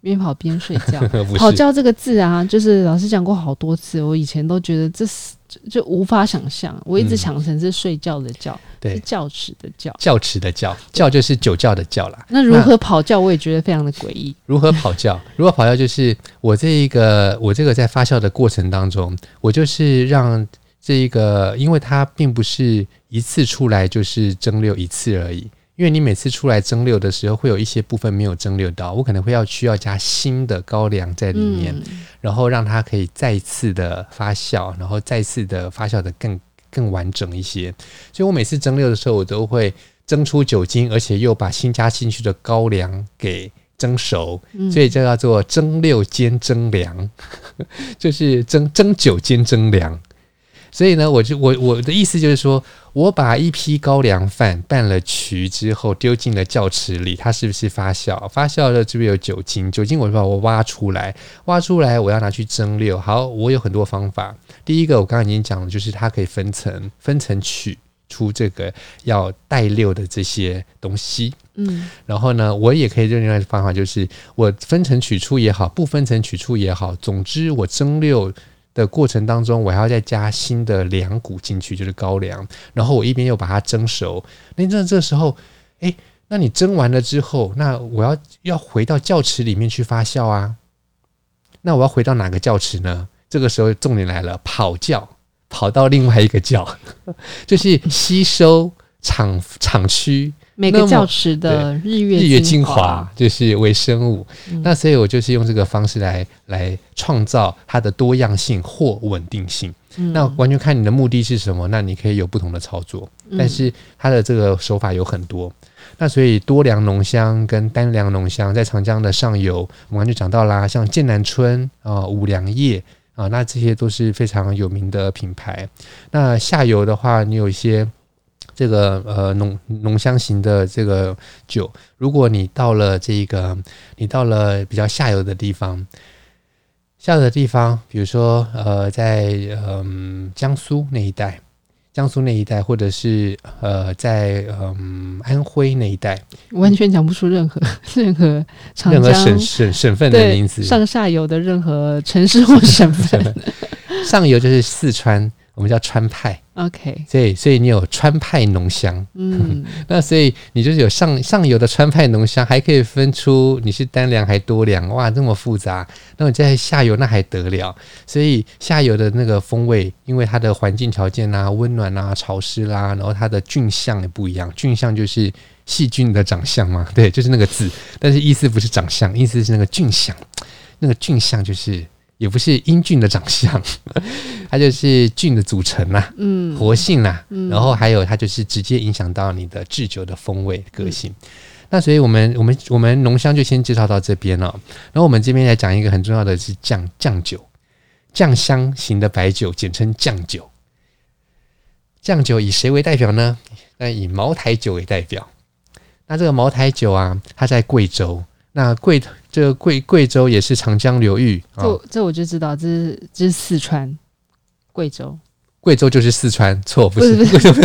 Speaker 2: 边跑边睡觉。
Speaker 1: 不是
Speaker 2: 跑觉这个字啊，就是老师讲过好多次，我以前都觉得这是就无法想象，我一直想成是睡觉的觉，
Speaker 1: 对，
Speaker 2: 是教齿的教，
Speaker 1: 教齿的教，教就是酒窖的窖啦。
Speaker 2: 那如何跑觉，我也觉得非常的诡异。
Speaker 1: 如何跑觉？如何跑觉就是我这个在发酵的过程当中，我就是让这一个，因为它并不是一次出来就是蒸馏一次而已。因为你每次出来蒸馏的时候，会有一些部分没有蒸馏到，我可能需要加新的高粱在里面，然后让它可以再次的发酵，然后再次的发酵的更完整一些。所以我每次蒸馏的时候，我都会蒸出酒精，而且又把新加进去的高粱给蒸熟，所以这叫做蒸馏兼蒸粮，就是蒸酒兼蒸粮。所以呢，我的意思就是说，我把一批高粱饭拌了曲之后丢进了窖池里，它是不是发酵？发酵了是不是有酒精？酒精我就把我挖出来我要拿去蒸馏。好，我有很多方法。第一个我刚刚已经讲了，就是它可以分层取出这个要带馏的这些东西。然后呢，我也可以用另外的方法，就是我分层取出也好，不分层取出也好，总之我蒸馏的过程当中，我还要再加新的粮谷进去，就是高粱，然后我一边又把它蒸熟。那这时候，那你蒸完了之后，那我要回到窖池里面去发酵啊。那我要回到哪个窖池呢？这个时候重点来了，跑窖，跑到另外一个窖，就是吸收厂区。
Speaker 2: 每个窖池的日月精华
Speaker 1: 就是微生物，那所以我就是用这个方式来创造它的多样性或稳定性。那完全看你的目的是什么，那你可以有不同的操作，但是它的这个手法有很多。那所以多粮浓香跟单粮浓香在长江的上游，我们刚才就讲到啦，像剑南春五粮液那这些都是非常有名的品牌。那下游的话，你有一些这个浓香型的这个酒，如果你到了比较下游的地方，比如说在江苏那一带，或者是在安徽那一带，
Speaker 2: 完全讲不出任何长江
Speaker 1: 省份的名字，
Speaker 2: 上下游的任何城市或省份。
Speaker 1: 上游就是四川，我们叫川派。
Speaker 2: OK，
Speaker 1: 所以你有川派浓香，那所以你就是有上游的川派浓香，还可以分出你是单粮还多粮，哇，这么复杂。那你在下游那还得了？所以下游的那个风味，因为它的环境条件啊、温暖啊、潮湿啦，然后它的菌相也不一样。菌相就是细菌的长相嘛，对，就是那个字，但是意思不是长相，意思是那个菌相，那个菌相就是。也不是英俊的长相，它就是菌的组成啦，活性啦，然后还有它就是直接影响到你的制酒的风味个性。那所以我们浓香就先介绍到这边了，然后我们这边来讲一个很重要的是酱酒，酱香型的白酒，简称酱酒。酱酒以谁为代表呢？那以茅台酒为代表。那这个茅台酒啊，它在贵州。那贵州也是长江流域，
Speaker 2: 这我就知道，这是四川，贵州
Speaker 1: 就是四川，错不是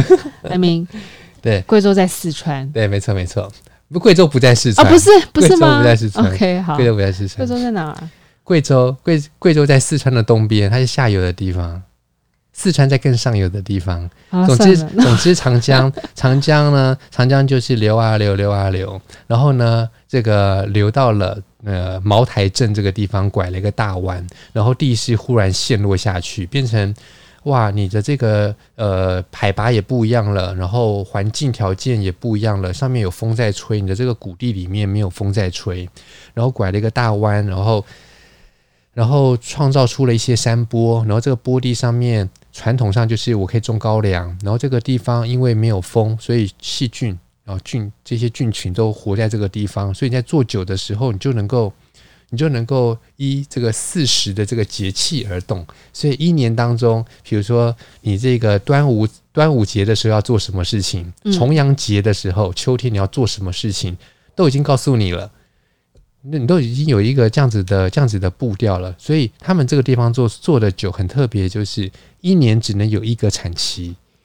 Speaker 2: I mean，
Speaker 1: 对，
Speaker 2: 贵州在四川，
Speaker 1: 对，没错，贵州不在四川
Speaker 2: 不是吗？贵州
Speaker 1: 不在四川
Speaker 2: ，OK， 好，
Speaker 1: 贵州不在四川，
Speaker 2: 贵州在哪儿？
Speaker 1: 贵州在四川的东边，它是下游的地方。四川在更上游的地方，总之长江呢，长江就是流啊流，然后呢，这个流到了茅台镇这个地方，拐了一个大弯，然后地势忽然陷落下去，变成哇，你的这个海拔也不一样了，然后环境条件也不一样了，上面有风在吹，你的这个谷地里面没有风在吹，然后拐了一个大弯，然后创造出了一些山坡，然后这个坡地上面传统上就是我可以种高粱，然后这个地方因为没有风，所以细菌然后这些菌群都活在这个地方，所以你在做酒的时候，你就能够依这个40的这个节气而动。所以一年当中，比如说你这个端午节的时候要做什么事情，重阳节的时候，秋天你要做什么事情，都已经告诉你了。你都已经有一个这样子的步调了，所以他们这个地方做的酒很特别，就是一年只能有一个产期，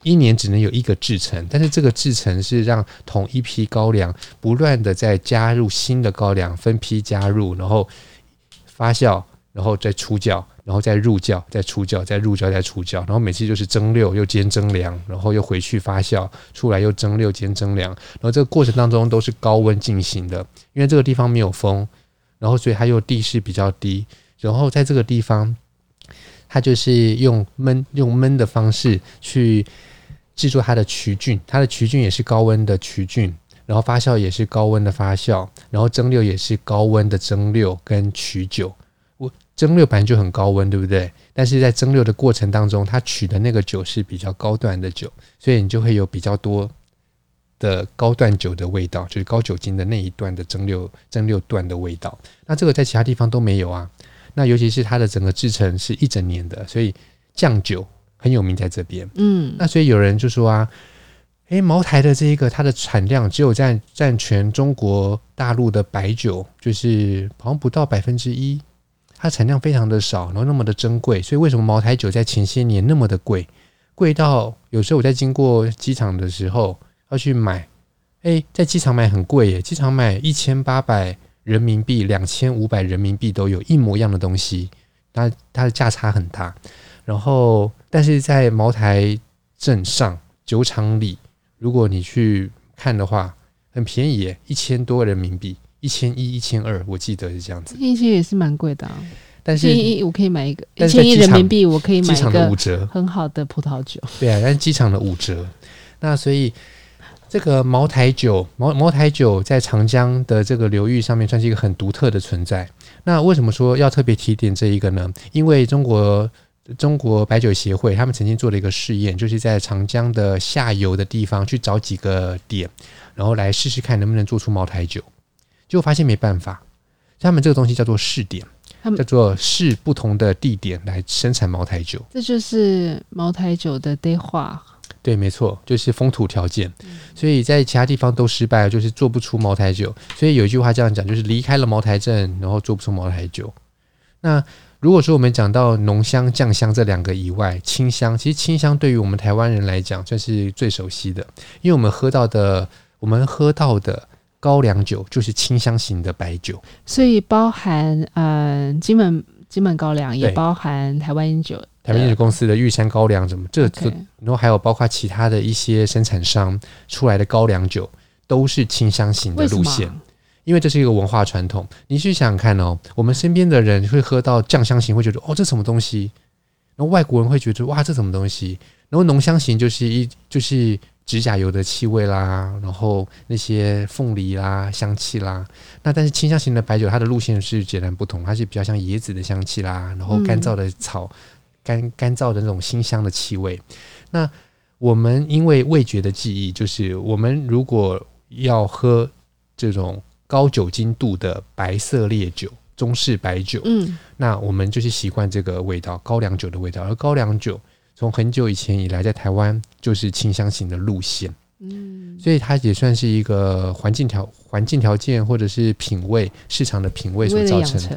Speaker 1: 一年只能有一个制程，但是这个制程是让同一批高粱不断的再加入新的高粱，分批加入，然后发酵，然后再出酵，然后再入酵，再出酵，再入酵，再出酵，然后每次就是蒸馏又兼蒸凉，然后又回去发酵，出来又蒸馏兼蒸凉，然后这个过程当中都是高温进行的，因为这个地方没有风，然后所以它又地势比较低，然后在这个地方它就是用焖的方式去制作它的曲菌，它的曲菌也是高温的曲菌，然后发酵也是高温的发酵，然后蒸馏也是高温的蒸馏跟取酒。蒸馏本来就很高温，对不对？但是在蒸馏的过程当中，它取的那个酒是比较高段的酒，所以你就会有比较多的高段酒的味道，就是高酒精的那一段的蒸馏段的味道。那这个在其他地方都没有啊。那尤其是它的整个制程是一整年的，所以酱酒很有名在这边。那所以有人就说啊，茅台的这个它的产量只有占全中国大陆的白酒，就是好像不到1%，它产量非常的少，然后那么的珍贵，所以为什么茅台酒在前些年那么的贵，贵到有时候我在经过机场的时候要去买，在机场买很贵耶，机场买1800人民币、2500人民币都有一模一样的东西，它的价差很大。然后，但是在茅台镇上酒厂里，如果你去看的话，很便宜耶，1000多人民币。1100、1200，我记得是这样子。
Speaker 2: 1000也是蛮贵的啊，
Speaker 1: 但是
Speaker 2: 1100我可以买一个，1000人民币我可以买一个
Speaker 1: 5折，
Speaker 2: 很好的葡萄酒。
Speaker 1: 对啊，但是机场的5折。那所以这个茅台酒在长江的这个流域上面算是一个很独特的存在。那为什么说要特别提点这一个呢？因为中国白酒协会他们曾经做了一个试验，就是在长江的下游的地方去找几个点，然后来试试看能不能做出茅台酒。结果发现没办法，他们这个东西叫做试点，叫做试不同的地点来生产茅台酒。
Speaker 2: 这就是茅台酒的地化。
Speaker 1: 对，没错，就是风土条件。所以在其他地方都失败了，就是做不出茅台酒。所以有一句话这样讲，就是离开了茅台镇，然后做不出茅台酒。那如果说我们讲到浓香、酱香这两个以外，清香，其实清香对于我们台湾人来讲算是最熟悉的，因为我们喝到的高粱酒就是清香型的白酒，
Speaker 2: 所以包含金门高粱，也包含台湾饮酒
Speaker 1: 公司的玉山高粱什么，然后还有包括其他的一些生产商出来的高粱酒，都是清香型的路线。因为这是一个文化传统，你去想想看哦，我们身边的人会喝到酱香型，会觉得这什么东西，然后外国人会觉得哇这什么东西，然后浓香型就是指甲油的气味啦，然后那些凤梨啦香气啦。那但是清香型的白酒它的路线是截然不同，它是比较像椰子的香气啦，然后干燥的草干燥的那种辛香的气味。那我们因为味觉的记忆，就是我们如果要喝这种高酒精度的白色烈酒、中式白酒，那我们就是习惯这个味道，高粱酒的味道。而高粱酒从很久以前以来在台湾就是清香型的路线，所以它也算是一个环境条件或者是市场的品味所造成的。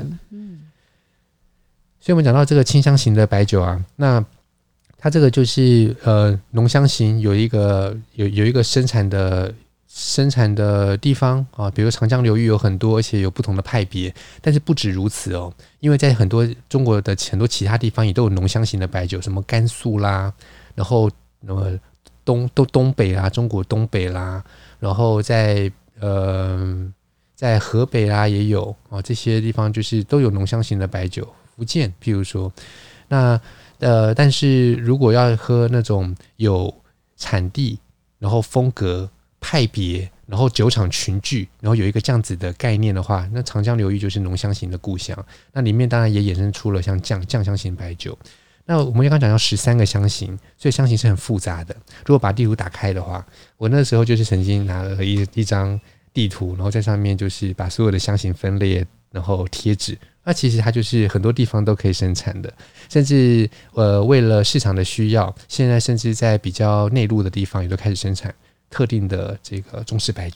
Speaker 1: 所以我们讲到这个清香型的白酒啊，那它这个就是浓香型有一个生产的地方啊，比如长江流域有很多，而且有不同的派别。但是不止如此哦，因为在很多中国的很多其他地方也都有浓香型的白酒，什么甘肃啦，然后东北啦，中国东北啦，然后在河北啦也有啊，这些地方就是都有浓香型的白酒。福建譬如说，那但是如果要喝那种有产地，然后风格派别，然后酒厂群聚，然后有一个这样子的概念的话，那长江流域就是浓香型的故乡。那里面当然也衍生出了像酱香型白酒。那我们刚刚讲到13个香型，所以香型是很复杂的。如果把地图打开的话，我那时候就是曾经拿了一张地图，然后在上面就是把所有的香型分类，然后贴纸。那其实它就是很多地方都可以生产的，甚至为了市场的需要，现在甚至在比较内陆的地方也都开始生产特定的这个中式白酒。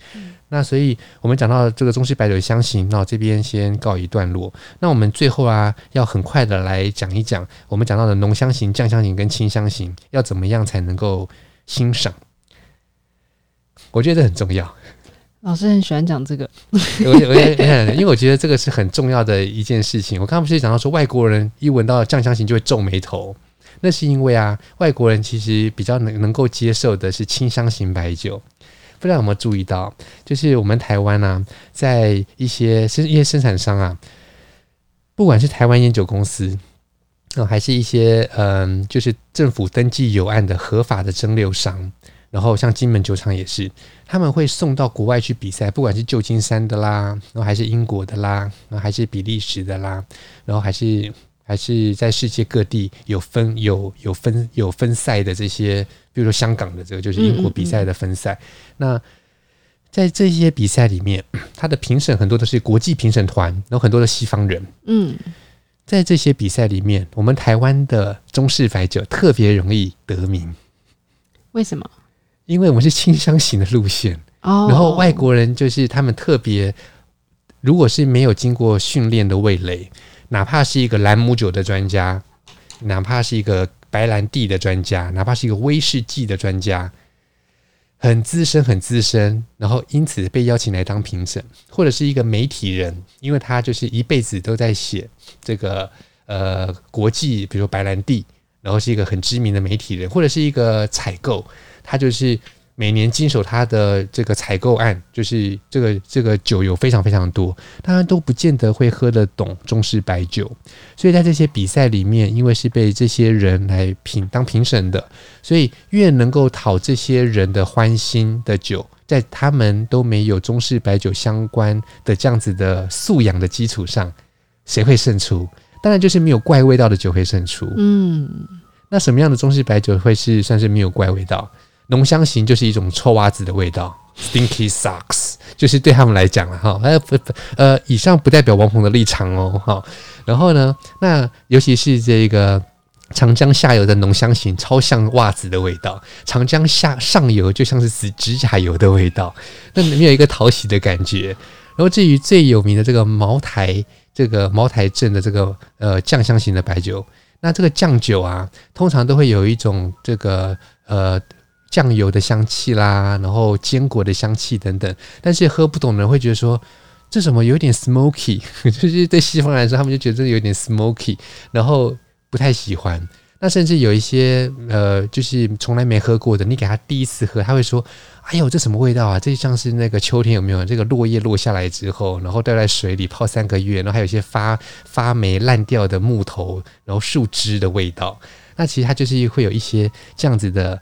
Speaker 1: 那所以我们讲到这个中式白酒香型，那这边先告一段落。那我们最后啊，要很快的来讲一讲我们讲到的浓香型、酱香型跟清香型要怎么样才能够欣赏。我觉得这很重要。
Speaker 2: 老师很喜欢讲这个，
Speaker 1: 因为我觉得这个是很重要的一件事情。我刚刚不是讲到说外国人一闻到酱香型就会皱眉头，那是因为啊，外国人其实比较能够接受的是清香型白酒。不知道有没有注意到，就是我们台湾啊，在一些生产商啊，不管是台湾烟酒公司还是一些就是政府登记有案的合法的蒸馏商，然后像金门酒厂也是，他们会送到国外去比赛，不管是旧金山的啦，然后还是英国的啦，然后还是比利时的啦，然后还是在世界各地有分赛的这些，比如说香港的这个就是英国比赛的分赛。那在这些比赛里面，他的评审很多都是国际评审团，然后很多的西方人。在这些比赛里面，我们台湾的中式白酒特别容易得名。
Speaker 2: 为什么？
Speaker 1: 因为我们是清香型的路线，然后外国人就是他们特别，如果是没有经过训练的味蕾，哪怕是一个兰姆酒的专家，哪怕是一个白兰地的专家，哪怕是一个威士忌的专家，很资深，然后因此被邀请来当评审，或者是一个媒体人，因为他就是一辈子都在写这个国际，比如说白兰地，然后是一个很知名的媒体人，或者是一个采购，他就是每年经手他的这个采购案，就是这个酒有非常多，当然都不见得会喝得懂中式白酒，所以在这些比赛里面，因为是被这些人来当评审的，所以越能够讨这些人的欢心的酒，在他们都没有中式白酒相关的这样子的素养的基础上，谁会胜出？当然就是没有怪味道的酒会胜出。那什么样的中式白酒会是算是没有怪味道？浓香型就是一种臭袜子的味道 ，stinky socks， 就是对他们来讲了哈。以上不代表王鹏的立场哦哈。然后呢，那尤其是这个长江下游的浓香型，超像袜子的味道；长江上游就像是死指甲油的味道，那没有一个讨喜的感觉。然后至于最有名的这个茅台镇的这个酱香型的白酒，那这个酱酒啊，通常都会有一种这个酱油的香气啦，然后坚果的香气等等，但是喝不懂的人会觉得说这什么有点 smoky， 就是对西方人来说，他们就觉得这有点 smoky， 然后不太喜欢。那甚至有一些就是从来没喝过的，你给他第一次喝，他会说：“哎呦，这什么味道啊？这像是那个秋天有没有这个落叶落下来之后，然后掉在水里泡3个月，然后还有一些发霉烂掉的木头，然后树枝的味道。那其实它就是会有一些这样子的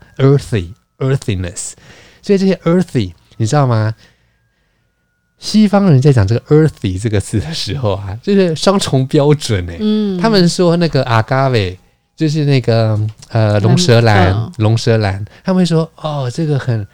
Speaker 1: earthiness， 所以这些 earthy 你知道吗？西方人在讲这个 earthy 这个词的时候啊，就是双重标准他们说那个 agave 就是那个龙舌兰，他们会说哦，这个很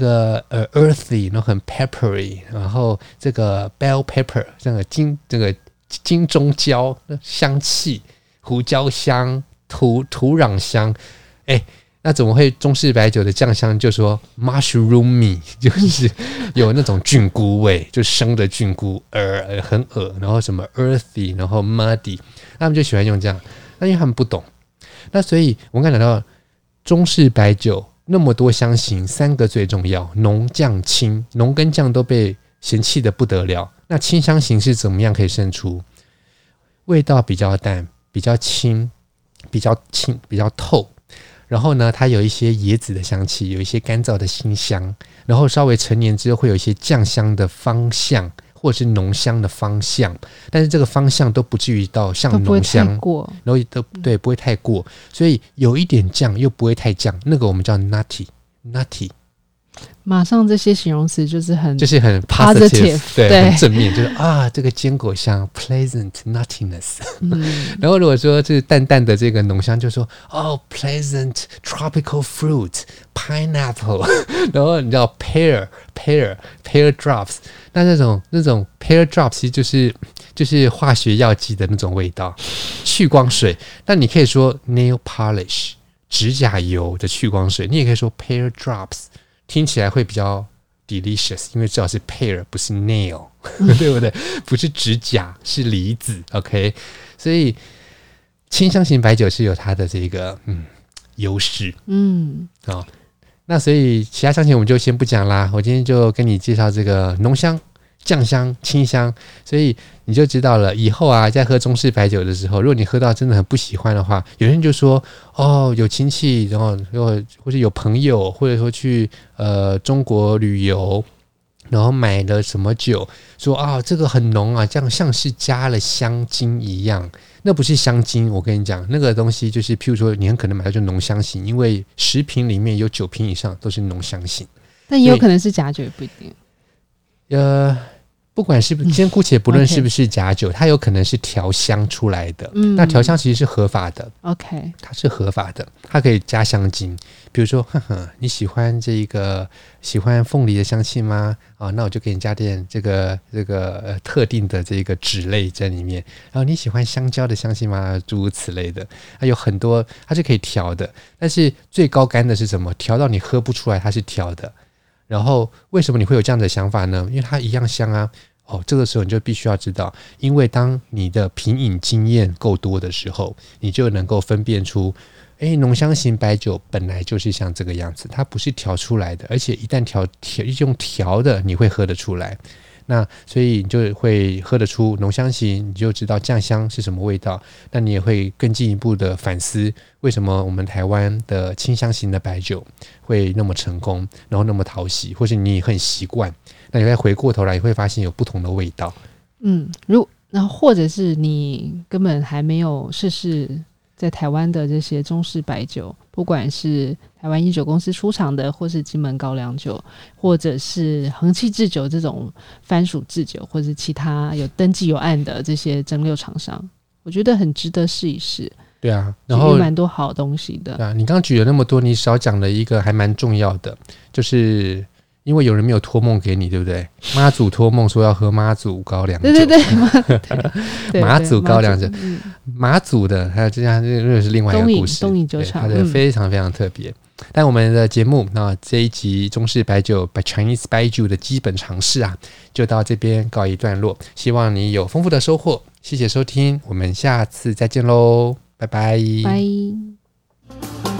Speaker 1: earthy， 然后很 peppery， 然后这个 bell pepper 这个金钟椒香气，胡椒香，土壤香，那怎么会中式白酒的酱香就说 mushroomy， 就是有那种菌菇味，就生的菌菇，很恶，然后什么 earthy， 然后 muddy， 他们就喜欢用这样，那因为他们不懂。那所以我们刚才讲到中式白酒那么多香型，3个最重要，浓酱清，浓跟酱都被嫌弃的不得了，那清香型是怎么样可以胜出？味道比较淡，比较轻，比较透，然后呢，它有一些椰子的香气，有一些干燥的辛香，然后稍微成年之后会有一些酱香的芳香，或者是浓香的芳香，但是这个芳香都不至于到像浓香，然后对不会太过，所以有一点酱又不会太酱，那个我们叫 nutty。
Speaker 2: 马上这些形容词就是很
Speaker 1: positive， 对，很正面，就是这个坚果香 pleasant nuttiness，然后如果说这淡淡的这个浓香，就说pleasant tropical fruit pineapple， 然后你知道 pear drops， 那种 pear drops 其实就是化学药剂的那种味道，去光水。那你可以说 nail polish 指甲油的去光水，你也可以说 pear drops。听起来会比较 delicious， 因为至少是 pear 不是 nail 对不对？不是指甲是梨子 OK， 所以清香型白酒是有它的这个优势那所以其他香型我们就先不讲啦，我今天就跟你介绍这个浓香、酱香、清香，所以你就知道了。以后啊，在喝中式白酒的时候，如果你喝到真的很不喜欢的话，有人就说有亲戚，然后或者有朋友，或者说去中国旅游，然后买了什么酒，说这个很浓啊，这样像是加了香精一样。那不是香精，我跟你讲，那个东西就是譬如说你很可能买到就浓香型，因为10瓶里面有9瓶以上都是浓香型，
Speaker 2: 但也有可能是假酒，也不一定。
Speaker 1: 不管是不是，先姑且不论是不是假酒，它有可能是调香出来的。那调香其实是合法的。OK， 它是合法的，它可以加香精。比如说，你喜欢喜欢凤梨的香气吗？那我就给你加点这个特定的这个脂类在里面。然后你喜欢香蕉的香气吗？诸如此类的，它有很多，它是可以调的。但是最高干的是什么？调到你喝不出来它是调的。然后为什么你会有这样的想法呢？因为它一样香啊。这个时候你就必须要知道，因为当你的品饮经验够多的时候，你就能够分辨出浓香型白酒本来就是像这个样子，它不是调出来的，而且一旦用调的你会喝得出来。那所以你就会喝得出浓香型，你就知道酱香是什么味道。那你也会更进一步的反思，为什么我们台湾的清香型的白酒会那么成功，然后那么讨喜，或是你也很习惯。那你再回过头来，你会发现有不同的味道。
Speaker 2: 那或者是你根本还没有试在台湾的这些中式白酒，不管是台湾1酒公司出厂的，或是金门高粱酒，或者是恒器制酒这种番薯制酒，或是其他有登记有案的这些蒸馏厂商，我觉得很值得试一试。
Speaker 1: 对啊，然后
Speaker 2: 蛮多好东西的。
Speaker 1: 对啊，你刚刚举了那么多，你少讲了一个还蛮重要的，就是因为有人没有托梦给你，对不对？妈祖托梦说要喝妈祖高粱酒，对，妈祖高粱酒，妈祖的还有这样，这是另外一个故事，
Speaker 2: 东引酒厂，
Speaker 1: 它的非常非常特别。但我们的节目这一集中式白酒 by Chinese 白酒的基本常识就到这边告一段落，希望你有丰富的收获。谢谢收听，我们下次再见喽，拜拜。
Speaker 2: 拜。